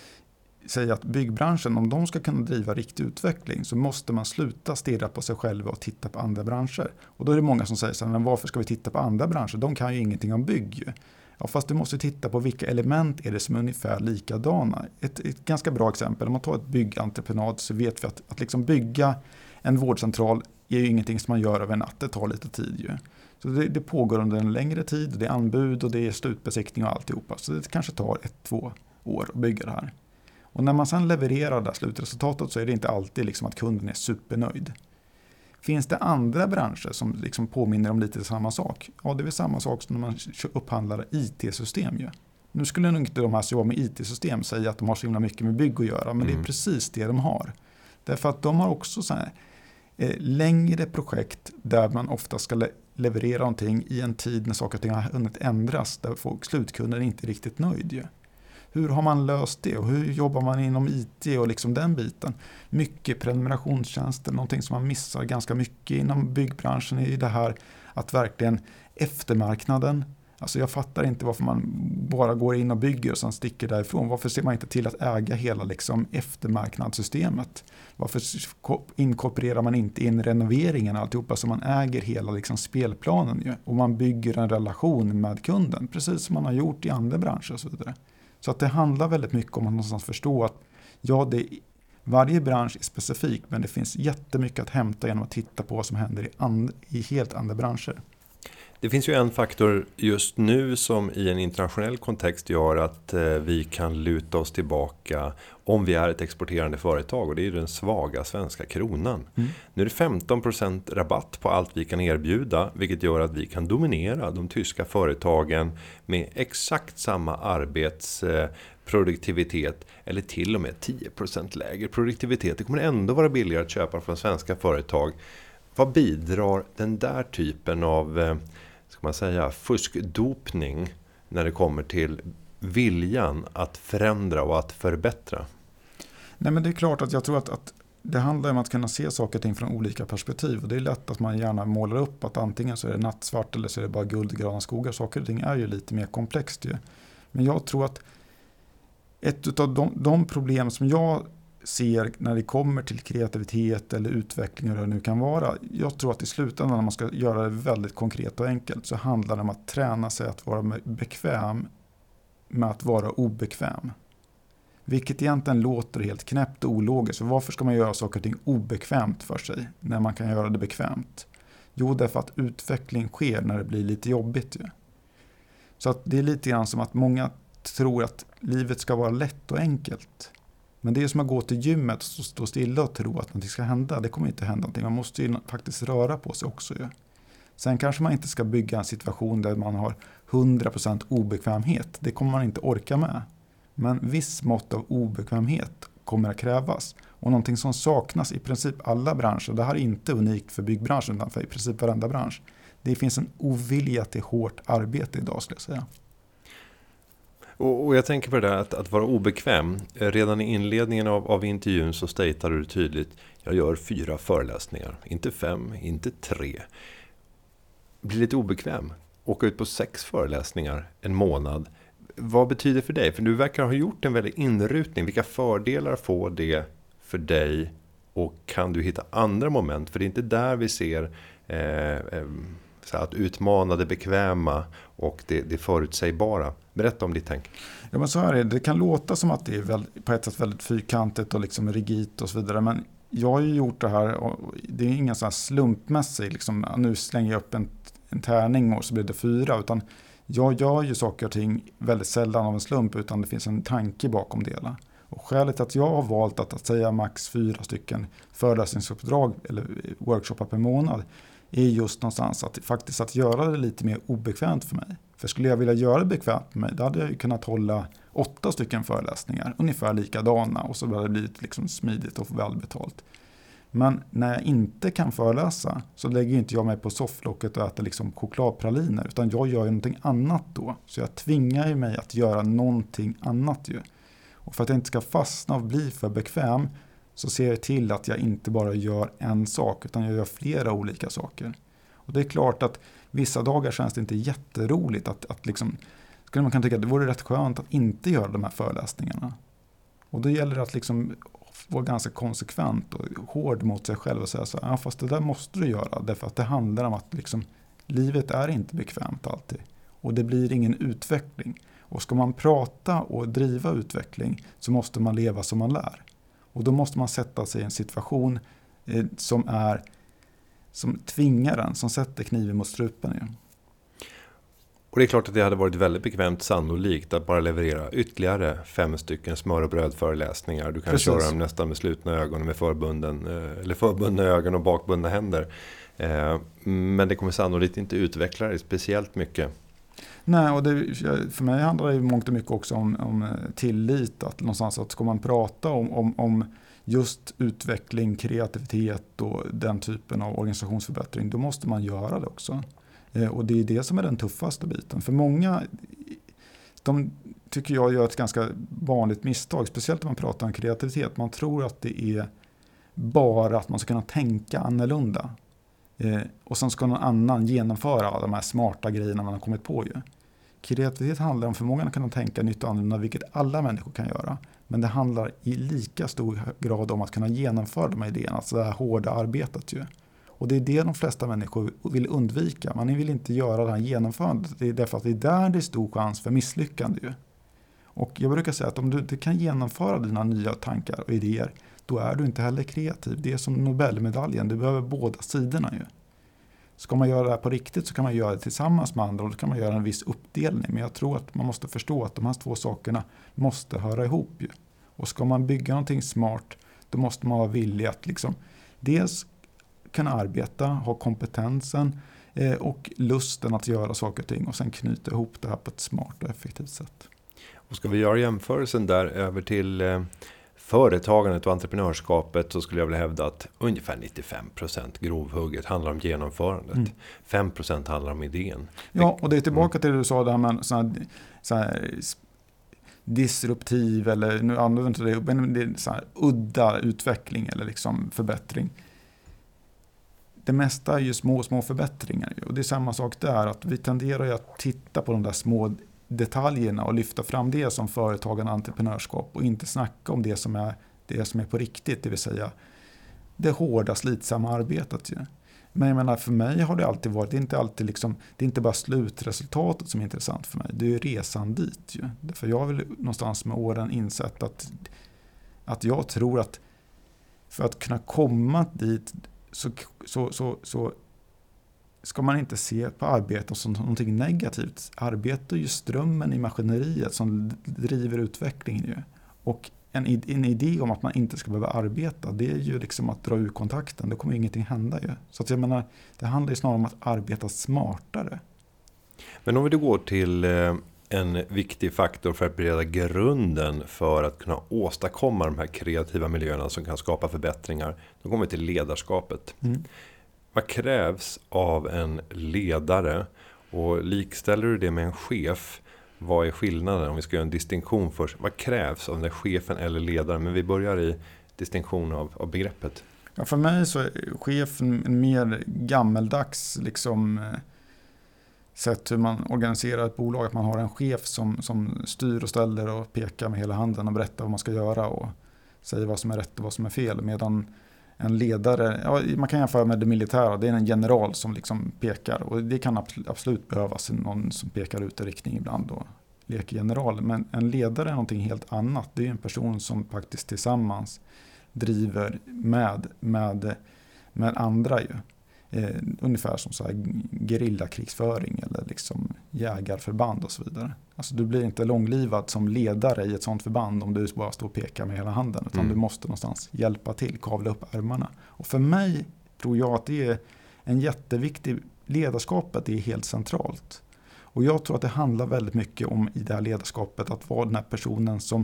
säga att byggbranschen, om de ska kunna driva riktig utveckling, så måste man sluta stirra på sig själv och titta på andra branscher. Och då är det många som säger så här, men varför ska vi titta på andra branscher? De kan ju ingenting om bygg. Ja, fast du måste titta på vilka element är det som är ungefär likadana. Ett ganska bra exempel, om man tar ett byggentreprenad, så vet vi att liksom bygga en vårdcentral är ju ingenting som man gör över en natt, det tar lite tid ju. Så det pågår under en längre tid, det är anbud och det är slutbesiktning och alltihopa. Så det kanske tar 1-2 år att bygga det här. Och när man sedan levererar det slutresultatet, så är det inte alltid liksom att kunden är supernöjd. Finns det andra branscher som liksom påminner om lite samma sak? Ja, det är väl samma sak som när man upphandlar IT-system ju. Nu skulle nog inte de här som jobbar med IT-system säga att de har så himla mycket med bygg att göra, men det är precis det de har. Därför att de har också så här längre projekt där man ofta ska leverera någonting i en tid när saker och ting har hunnit ändras, där slutkunden inte är riktigt nöjd ju. Hur har man löst det och hur jobbar man inom IT och liksom den biten? Mycket prenumerationstjänster, någonting som man missar ganska mycket inom byggbranschen är det här att verkligen eftermarknaden. Alltså jag fattar inte varför man bara går in och bygger och sen sticker därifrån. Varför ser man inte till att äga hela liksom eftermarknadssystemet? Varför inkorporerar man inte in renoveringen alltihopa så man äger hela liksom spelplanen ju? Och man bygger en relation med kunden, precis som man har gjort i andra branscher och så vidare. Så att det handlar väldigt mycket om att någonstans förstå att varje bransch är specifik, men det finns jättemycket att hämta genom att titta på vad som händer i helt andra branscher. Det finns ju en faktor just nu som i en internationell kontext gör att vi kan luta oss tillbaka om vi är ett exporterande företag, och det är den svaga svenska kronan. Nu är det 15% rabatt på allt vi kan erbjuda, vilket gör att vi kan dominera de tyska företagen med exakt samma arbetsproduktivitet eller till och med 10% lägre produktivitet. Det kommer ändå vara billigare att köpa från svenska företag. Vad bidrar den där typen av fuskdopning när det kommer till viljan att förändra och att förbättra? Nej, men det är klart att jag tror att det handlar om att kunna se saker och ting från olika perspektiv. Och det är lätt att man gärna målar upp att antingen så är det nattsvart eller så är det bara guld, gröna skogar. Saker och ting är ju lite mer komplext ju. Men jag tror att ett av de problem som jag ser när det kommer till kreativitet eller utveckling eller vad det nu kan vara. Jag tror att i slutändan när man ska göra det väldigt konkret och enkelt så handlar det om att träna sig att vara bekväm med att vara obekväm. Vilket egentligen låter helt knäppt och ologiskt. För varför ska man göra saker och ting obekvämt för sig när man kan göra det bekvämt? Jo, därför att utveckling sker när det blir lite jobbigt. Ju. Så att det är lite grann som att många tror att livet ska vara lätt och enkelt. Men det är som att gå till gymmet och stå stilla och tro att någonting ska hända. Det kommer inte hända någonting. Man måste ju faktiskt röra på sig också. Ju. Sen kanske man inte ska bygga en situation där man har 100% obekvämhet. Det kommer man inte orka med. Men viss mått av obekvämhet kommer att krävas. Och någonting som saknas i princip alla branscher. Det här är inte unikt för byggbranschen utan för i princip varenda bransch. Det finns en ovilja till hårt arbete idag skulle jag säga. Och jag tänker på det där att vara obekväm. Redan i inledningen av intervjun så statear du tydligt: jag gör 4 föreläsningar, inte 5, inte 3. Blir lite obekväm. Åka ut på 6 föreläsningar en månad. Vad betyder det för dig? För du verkar ha gjort en väldig inrutning. Vilka fördelar får det för dig? Och kan du hitta andra moment? För det är inte där vi ser så att utmana det bekväma och det förutsägbara. Berätta om ditt tänk. Ja, men så här är det. Det kan låta som att det är på ett sätt väldigt fyrkantigt och liksom rigitt och så vidare. Men jag har ju gjort det här och det är ingen sån här slumpmässig liksom, nu slänger jag upp en tärning och så blir det 4. Utan jag gör ju saker och ting väldigt sällan av en slump utan det finns en tanke bakom det hela. Och skälet att jag har valt att säga max 4 stycken föreläsningsuppdrag eller workshoppar per månad är just någonstans att faktiskt att göra det lite mer obekvämt för mig. För skulle jag vilja göra det bekvämt för mig, då hade jag kunnat hålla 8 stycken föreläsningar, ungefär likadana och så hade det blivit liksom smidigt och välbetalt. Men när jag inte kan föreläsa så lägger inte jag mig på sofflocket och äter liksom chokladpraliner utan jag gör ju någonting annat då. Så jag tvingar ju mig att göra någonting annat ju. Och för att jag inte ska fastna och bli för bekväm så ser jag till att jag inte bara gör en sak utan jag gör flera olika saker. Och det är klart att vissa dagar känns det inte jätteroligt att liksom, skulle man kunna tycka att det vore rätt skönt att inte göra de här föreläsningarna. Och då gäller det att liksom vara ganska konsekvent och hård mot sig själv och säga så här, ja, fast det där måste du göra därför att det handlar om att liksom, livet är inte bekvämt alltid. Och det blir ingen utveckling. Och ska man prata och driva utveckling så måste man leva som man lär. Och då måste man sätta sig i en situation som tvingar en, som sätter kniven mot strupen igen. Och det är klart att det hade varit väldigt bekvämt sannolikt att bara leverera ytterligare 5 stycken smör- och brödföreläsningar. Du kan köra dem nästan med slutna ögon, med förbundna ögon och bakbundna händer. Men det kommer sannolikt inte utveckla det speciellt mycket. Nej, och för mig handlar det mångt och mycket också om tillit. Att någonstans att ska man prata om just utveckling, kreativitet och den typen av organisationsförbättring, då måste man göra det också. Och det är det som är den tuffaste biten. För många, de tycker jag gör ett ganska vanligt misstag, speciellt när man pratar om kreativitet. Man tror att det är bara att man ska kunna tänka annorlunda. Och sen ska någon annan genomföra alla de här smarta grejerna man har kommit på ju. Kreativitet handlar om förmågan att kunna tänka nytt och annorlunda, vilket alla människor kan göra. Men det handlar i lika stor grad om att kunna genomföra de här idéerna, alltså det här hårda arbetet ju. Och det är det de flesta människor vill undvika. Man vill inte göra det här genomförandet. Det är därför att det är där det är stor chans för misslyckande ju. Och jag brukar säga att om du inte kan genomföra dina nya tankar och idéer, då är du inte heller kreativ. Det är som Nobelmedaljen, du behöver båda sidorna ju. Ska man göra det här på riktigt så kan man göra det tillsammans med andra och då kan man göra en viss uppdelning. Men jag tror att man måste förstå att de här 2 sakerna måste höra ihop ju. Och ska man bygga någonting smart, då måste man vara villig att liksom dels kunna arbeta, ha kompetensen och lusten att göra saker och ting och sen knyta ihop det här på ett smart och effektivt sätt. Och ska vi göra jämförelsen där över till företagandet och entreprenörskapet, så skulle jag vilja hävda att ungefär 95% grovhugget handlar om genomförandet. 5% handlar om idén. Ja, och det är tillbaka till det du sa där med så här disruptiv, eller nu använder inte det, men det är så här udda utveckling eller liksom förbättring. Det mesta är ju små förbättringar. Och det är samma sak där, att vi tenderar ju att titta på de där små detaljerna och lyfta fram det som företagande och entreprenörskap och inte snacka om det som är det som är på riktigt, det vill säga det hårda, slitsamma arbetet. Ju. Men jag menar, för mig har det alltid varit, det är inte bara slutresultatet som är intressant för mig, det är ju resan dit. Ju. För jag har väl någonstans med åren insett att jag tror att för att kunna komma dit så ska man inte se på arbete som någonting negativt. Arbete är ju strömmen i maskineriet som driver utvecklingen. Ju. Och en idé om att man inte ska behöva arbeta, det är ju liksom att dra ur kontakten. Det kommer ingenting hända ju. Så att jag menar, det handlar ju snarare om att arbeta smartare. Men om vi då går till en viktig faktor för att bereda grunden för att kunna åstadkomma de här kreativa miljöerna som kan skapa förbättringar, då kommer vi till ledarskapet. Vad krävs av en ledare, och likställer du det med en chef? Vad är skillnaden om vi ska göra en distinktion först? Vad krävs av den där chefen eller ledaren? Men vi börjar i distinktion av begreppet. Ja, för mig så är chefen en mer gammeldags sätt hur man organiserar ett bolag. Att man har en chef som styr och ställer och pekar med hela handen och berättar vad man ska göra och säger vad som är rätt och vad som är fel. Medan en ledare, ja, man kan jämföra med det militära, det är en general som liksom pekar, och det kan absolut behövas någon som pekar ut i riktning ibland och leker general. Men en ledare är någonting helt annat, det är en person som faktiskt tillsammans driver med andra ju. Ungefär som så här gerillakrigsföring eller liksom jägarförband och så vidare. Alltså du blir inte långlivad som ledare i ett sånt förband om du bara står och pekar med hela handen, utan du måste någonstans hjälpa till, kavla upp ärmarna. Och för mig tror jag att det är en jätteviktig, ledarskapet är helt centralt. Och jag tror att det handlar väldigt mycket om i det här ledarskapet att vara den här personen som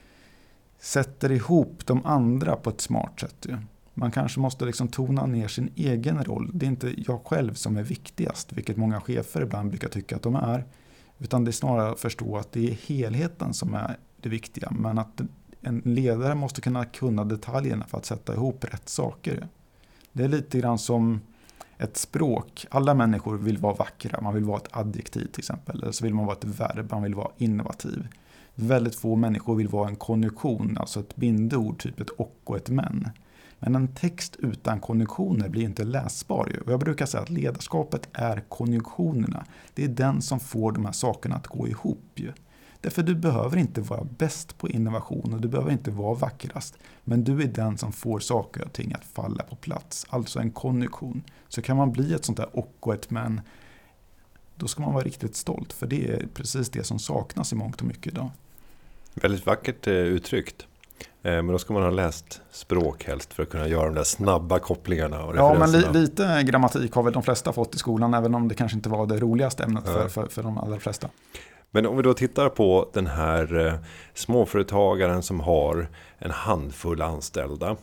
sätter ihop de andra på ett smart sätt ju. Man kanske måste liksom tona ner sin egen roll. Det är inte jag själv som är viktigast, vilket många chefer ibland brukar tycka att de är. Utan det är snarare att förstå att det är helheten som är det viktiga. Men att en ledare måste kunna detaljerna för att sätta ihop rätt saker. Det är lite grann som ett språk. Alla människor vill vara vackra. Man vill vara ett adjektiv till exempel. Eller så vill man vara ett verb. Man vill vara innovativ. Väldigt få människor vill vara en konjunktion. Alltså ett bindord, typ ett och ett men. Men en text utan konjunktioner blir inte läsbar. Ju. Och jag brukar säga att ledarskapet är konjunktionerna. Det är den som får de här sakerna att gå ihop. Ju. Därför du behöver inte vara bäst på innovation och du behöver inte vara vackrast. Men du är den som får saker och ting att falla på plats. Alltså en konjunktion. Så kan man bli ett sånt där och ett men, då ska man vara riktigt stolt. För det är precis det som saknas i mångt och mycket idag. Väldigt vackert uttryckt. Men då ska man ha läst språk helst för att kunna göra de där snabba kopplingarna och referenserna. Ja, men lite grammatik har väl de flesta fått i skolan, även om det kanske inte var det roligaste ämnet för de allra flesta. Men om vi då tittar på den här småföretagaren som har en handfull anställda.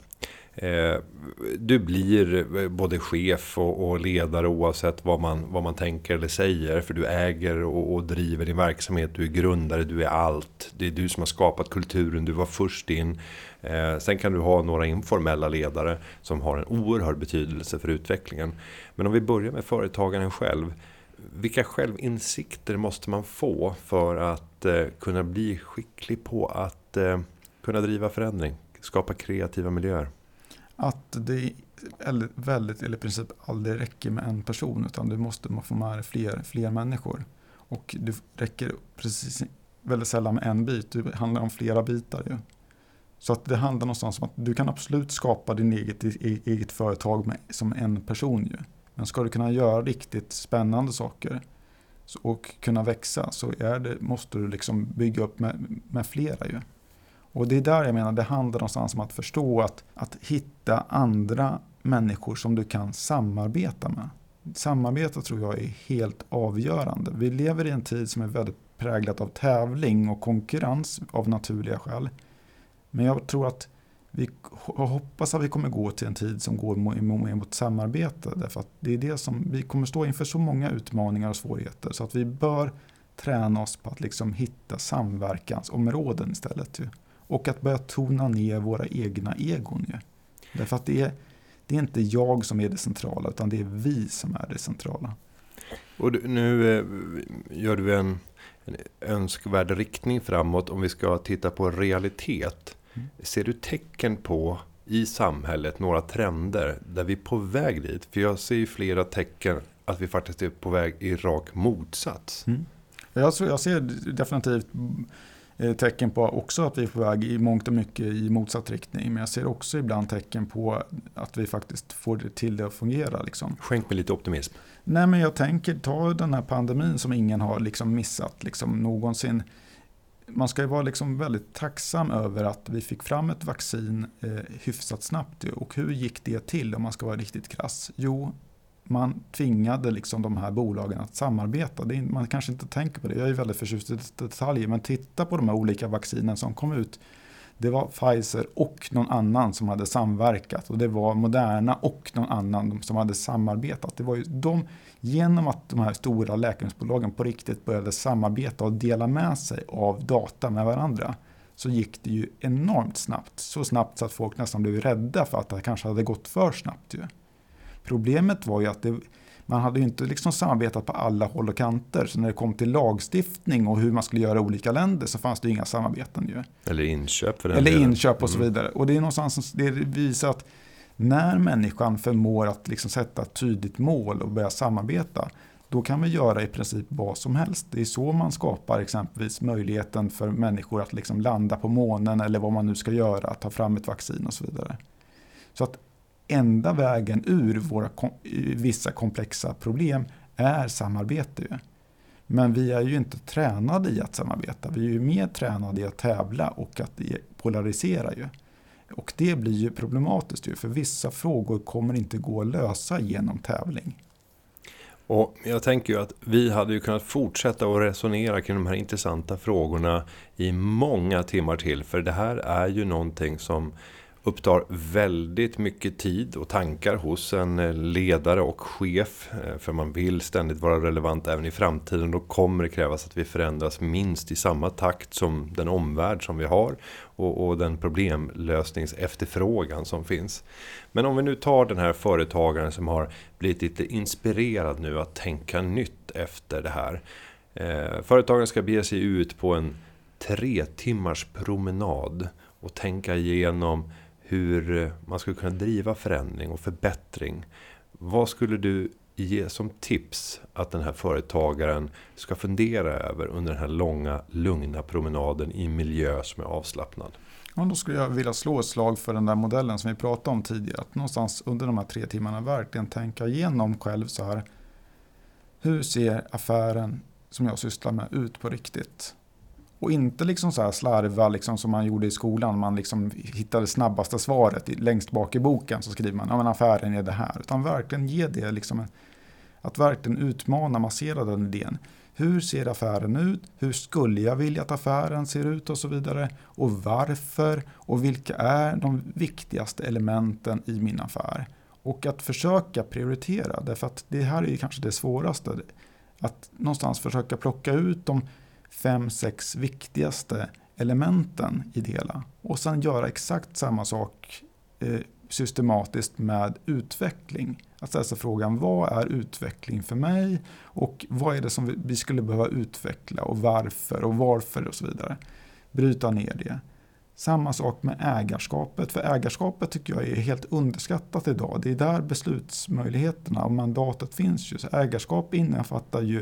Du blir både chef och ledare oavsett vad man tänker eller säger, för du äger och driver din verksamhet, du är grundare, du är allt. Det är du som har skapat kulturen, du var först in. Sen kan du ha några informella ledare som har en oerhörd betydelse för utvecklingen. Men om vi börjar med företagaren själv, vilka självinsikter måste man få för att kunna bli skicklig på att kunna driva förändring, skapa kreativa miljöer? Att det väldigt, eller i princip aldrig räcker med en person, utan du måste få med fler människor. Och det räcker precis väldigt sällan med en bit, det handlar om flera bitar ju. Så att det handlar någonstans om att du kan absolut skapa din eget företag som en person ju. Men ska du kunna göra riktigt spännande saker och kunna växa, så måste du liksom bygga upp med flera ju. Och det är där jag menar, det handlar någonstans om att förstå att hitta andra människor som du kan samarbeta med. Samarbete tror jag är helt avgörande. Vi lever i en tid som är väldigt präglat av tävling och konkurrens av naturliga skäl. Men jag tror att vi hoppas att vi kommer gå till en tid som går mot samarbete. Därför att det är det som vi kommer stå inför, så många utmaningar och svårigheter. Så att vi bör träna oss på att liksom hitta samverkansområden istället ju. Och att börja tona ner våra egna egon ju. Därför att det är inte jag som är det centrala, utan det är vi som är det centrala. Och nu gör du en önskvärd riktning framåt om vi ska titta på realitet. Ser du tecken på i samhället några trender där vi är på väg dit? För jag ser ju flera tecken att vi faktiskt är på väg i rak motsats. Jag ser definitivt tecken på också att vi är på väg i mångt och mycket i motsatt riktning. Men jag ser också ibland tecken på att vi faktiskt får det till det att fungera. Liksom. Skänk mig lite optimism. Nej, men jag tänker ta den här pandemin som ingen har liksom missat liksom någonsin. Man ska ju vara liksom väldigt tacksam över att vi fick fram ett vaccin hyfsat snabbt. Och hur gick det till om man ska vara riktigt krass? Jo, man tvingade liksom de här bolagen att samarbeta. Man kanske inte tänker på det. Jag är väldigt förtjust i detaljer. Men titta på de här olika vaccinen som kom ut. Det var Pfizer och någon annan som hade samverkat. Och det var Moderna och någon annan som hade samarbetat. Det var ju genom att de här stora läkemedelsbolagen på riktigt började samarbeta och dela med sig av data med varandra. Så gick det ju enormt snabbt. Så snabbt så att folk nästan blev rädda för att det kanske hade gått för snabbt ju. Problemet var ju att man hade ju inte liksom samarbetat på alla håll och kanter. Så när det kom till lagstiftning och hur man skulle göra i olika länder så fanns det ju inga samarbeten ju. Eller inköp för den Eller delen. inköp och så vidare. Och det är någonstans det visar att när människan förmår att liksom sätta ett tydligt mål och börja samarbeta, då kan vi göra i princip vad som helst. Det är så man skapar exempelvis möjligheten för människor att liksom landa på månen eller vad man nu ska göra, att ta fram ett vaccin och så vidare. Så att enda vägen ur vissa komplexa problem är samarbete. Men vi är ju inte tränade i att samarbeta. Vi är ju mer tränade i att tävla och att polarisera ju. Och det blir ju problematiskt ju, för vissa frågor kommer inte gå att lösa genom tävling. Och jag tänker ju att vi hade ju kunnat fortsätta att resonera kring de här intressanta frågorna i många timmar till. För det här är ju någonting som upptar väldigt mycket tid och tankar hos en ledare och chef. För man vill ständigt vara relevant även i framtiden. Då kommer det krävas att vi förändras minst i samma takt som den omvärld som vi har. Och den problemlösningsefterfrågan som finns. Men om vi nu tar den här företagaren som har blivit lite inspirerad nu att tänka nytt efter det här. Företagaren ska bege sig ut på en 3 timmars promenad och tänka igenom hur man skulle kunna driva förändring och förbättring. Vad skulle du ge som tips att den här företagaren ska fundera över under den här långa, lugna promenaden i en miljö som är avslappnad? Ja, då skulle jag vilja slå ett slag för den där modellen som vi pratade om tidigare. Att någonstans under de här 3 timmarna verkligen tänka igenom själv så här. Hur ser affären som jag sysslar med ut på riktigt? Och inte liksom så här slarva liksom som man gjorde i skolan. Man liksom hittade snabbaste svaret längst bak i boken, så skriver man ja, men affären är det här. Utan verkligen ge det liksom att verkligen utmana, massera den idén. Hur ser affären ut? Hur skulle jag vilja att affären ser ut och så vidare? Och varför? Och vilka är de viktigaste elementen i min affär? Och att försöka prioritera. Därför att det här är ju kanske det svåraste. Att någonstans försöka plocka ut de 5-6 viktigaste elementen i det hela. Och sen göra exakt samma sak systematiskt med utveckling. Att ställa sig frågan, vad är utveckling för mig? Och vad är det som vi skulle behöva utveckla? Och varför och så vidare. Bryta ner det. Samma sak med ägarskapet. För ägarskapet tycker jag är helt underskattat idag. Det är där beslutsmöjligheterna och mandatet finns ju. Så ägarskap innefattar ju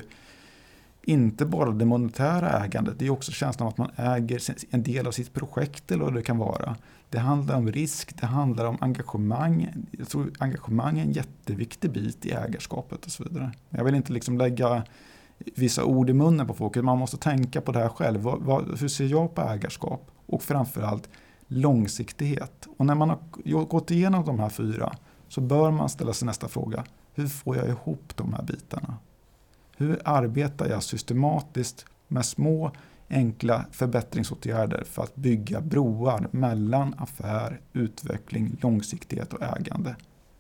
inte bara det monetära ägandet. Det är också känslan av att man äger en del av sitt projekt eller vad det kan vara. Det handlar om risk, det handlar om engagemang. Jag tror engagemang är en jätteviktig bit i ägarskapet och så vidare. Jag vill inte liksom lägga vissa ord i munnen på folk. Man måste tänka på det här själv. Hur ser jag på ägarskap? Och framförallt långsiktighet. Och när man har gått igenom de här 4 så bör man ställa sig nästa fråga. Hur får jag ihop de här bitarna? Hur arbetar jag systematiskt med små, enkla förbättringsåtgärder för att bygga broar mellan affär, utveckling, långsiktighet och ägande?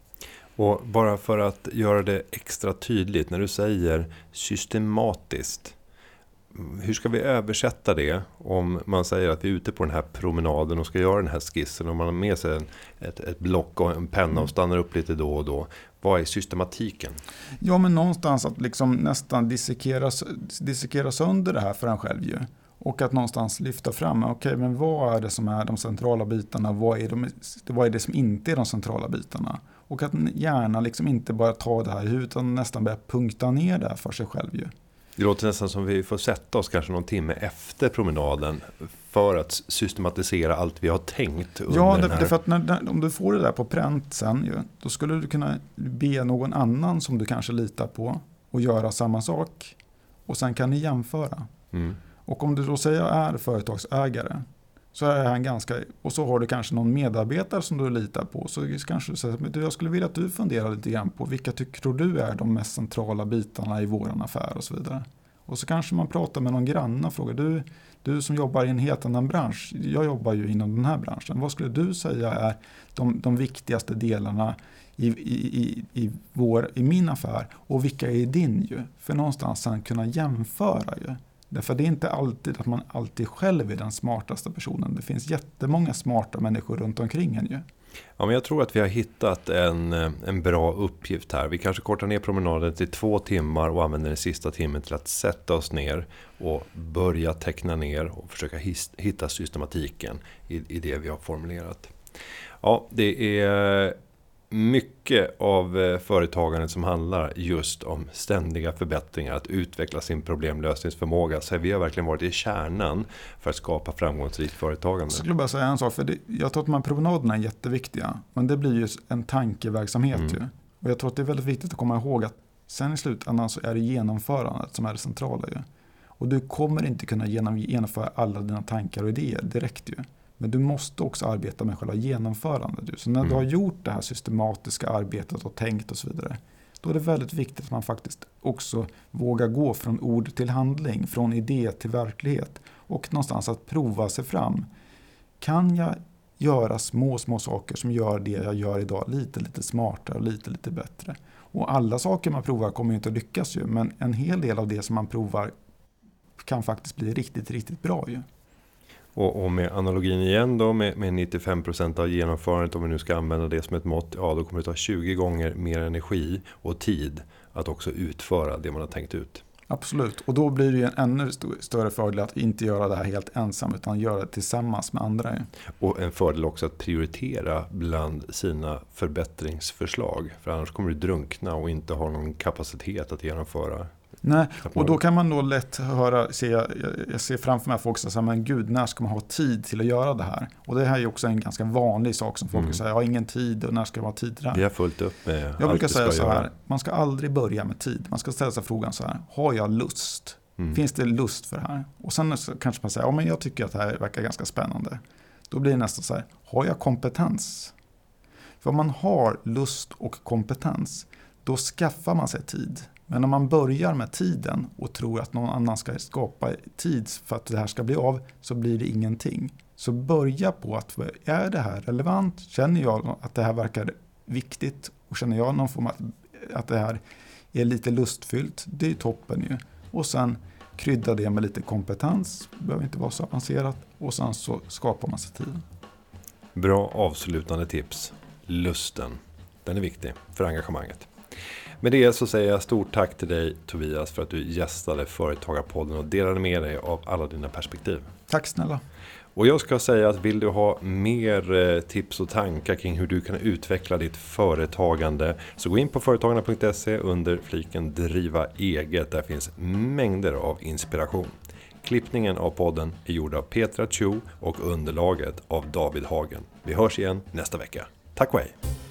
Och bara för att göra det extra tydligt, när du säger systematiskt, hur ska vi översätta det om man säger att vi är ute på den här promenaden och ska göra den här skissen och man har med sig ett block och en penna och stannar upp lite då och då. Vad är systematiken? Ja, men någonstans att liksom nästan dissekera sönder det här för en själv ju. Och att någonstans lyfta fram, okej, men vad är det som är de centrala bitarna? Vad är det som inte är de centrala bitarna? Och att gärna liksom inte bara ta det här i huvudet utan nästan börja punkta ner det här för sig själv ju. Det låter nästan som vi får sätta oss kanske någon timme efter promenaden för att systematisera allt vi har tänkt under den här. För att om du får det där på pränt sen ju, då skulle du kunna be någon annan som du kanske litar på och göra samma sak. Och sen kan ni jämföra. Mm. Och om du då säger är företagsägare så är det här och så har du kanske någon medarbetare som du litar på, så kanske du säger, jag skulle vilja att du funderar lite grann på vilka tycker du är de mest centrala bitarna i våran affär och så vidare. Och så kanske man pratar med någon granne och frågar, du som jobbar i en helt annan bransch, jag jobbar ju inom den här branschen, vad skulle du säga är de viktigaste delarna i min affär och vilka är i din ju? För någonstans sen kunna jämföra ju. Därför det är inte alltid att man alltid själv är den smartaste personen. Det finns jättemånga smarta människor runt omkring en ju. Ja, men jag tror att vi har hittat en bra uppgift här. Vi kanske kortar ner promenaden till 2 timmar och använder den sista timmen till att sätta oss ner och börja teckna ner och försöka hitta systematiken i det vi har formulerat. Ja, det är mycket av företagandet som handlar just om ständiga förbättringar, att utveckla sin problemlösningsförmåga. Så vi har verkligen varit i kärnan för att skapa framgångsrikt företagande. Jag skulle bara säga en sak, för jag tror att de här promenaderna är jätteviktiga, men det blir ju en tankeverksamhet ju. Och jag tror att det är väldigt viktigt att komma ihåg att sen i slutändan så är det genomförandet som är det centrala ju. Och du kommer inte kunna genomföra alla dina tankar och idéer direkt ju. Men du måste också arbeta med själva genomförandet. Så när du har gjort det här systematiska arbetet och tänkt och så vidare, då är det väldigt viktigt att man faktiskt också vågar gå från ord till handling, från idé till verklighet och någonstans att prova sig fram. Kan jag göra små saker som gör det jag gör idag lite smartare och lite bättre? Och alla saker man provar kommer inte att lyckas ju, men en hel del av det som man provar kan faktiskt bli riktigt bra ju. Och med analogin igen då med 95% av genomförandet, om vi nu ska använda det som ett mått, ja då kommer det ta 20 gånger mer energi och tid att också utföra det man har tänkt ut. Absolut, och då blir det ju en ännu större fördel att inte göra det här helt ensam utan göra det tillsammans med andra. Och en fördel också att prioritera bland sina förbättringsförslag, för annars kommer du drunkna och inte ha någon kapacitet att genomföra. Nej, och då kan man då lätt höra, jag ser framför mig folk som säger, men gud, när ska man ha tid till att göra det här? Och det här är också en ganska vanlig sak som folk säger, jag har ingen tid och när ska man ha tid till det här? Vi har fullt upp med Jag brukar säga så här, man ska aldrig börja med tid. Man ska ställa sig frågan så här, har jag lust? Finns det lust för det här? Och sen kanske man säger, ja men jag tycker att det här verkar ganska spännande. Då blir det nästan så här, har jag kompetens? För om man har lust och kompetens, då skaffar man sig tid. Men om man börjar med tiden och tror att någon annan ska skapa tid för att det här ska bli av, så blir det ingenting. Så börja på att, är det här relevant? Känner jag att det här verkar viktigt? Och känner jag någon form att det här är lite lustfyllt? Det är toppen ju. Och sen krydda det med lite kompetens. Det behöver inte vara så avancerat. Och sen så skapar man sig tid. Bra avslutande tips. Lusten. Den är viktig för engagemanget. Med det så säger jag stort tack till dig, Tobias, för att du gästade Företagarpodden och delade med dig av alla dina perspektiv. Tack snälla. Och jag ska säga att vill du ha mer tips och tankar kring hur du kan utveckla ditt företagande, så gå in på företagarna.se under fliken driva eget. Där finns mängder av inspiration. Klippningen av podden är gjord av Petra Chu och underlaget av David Hagen. Vi hörs igen nästa vecka. Tack och hej!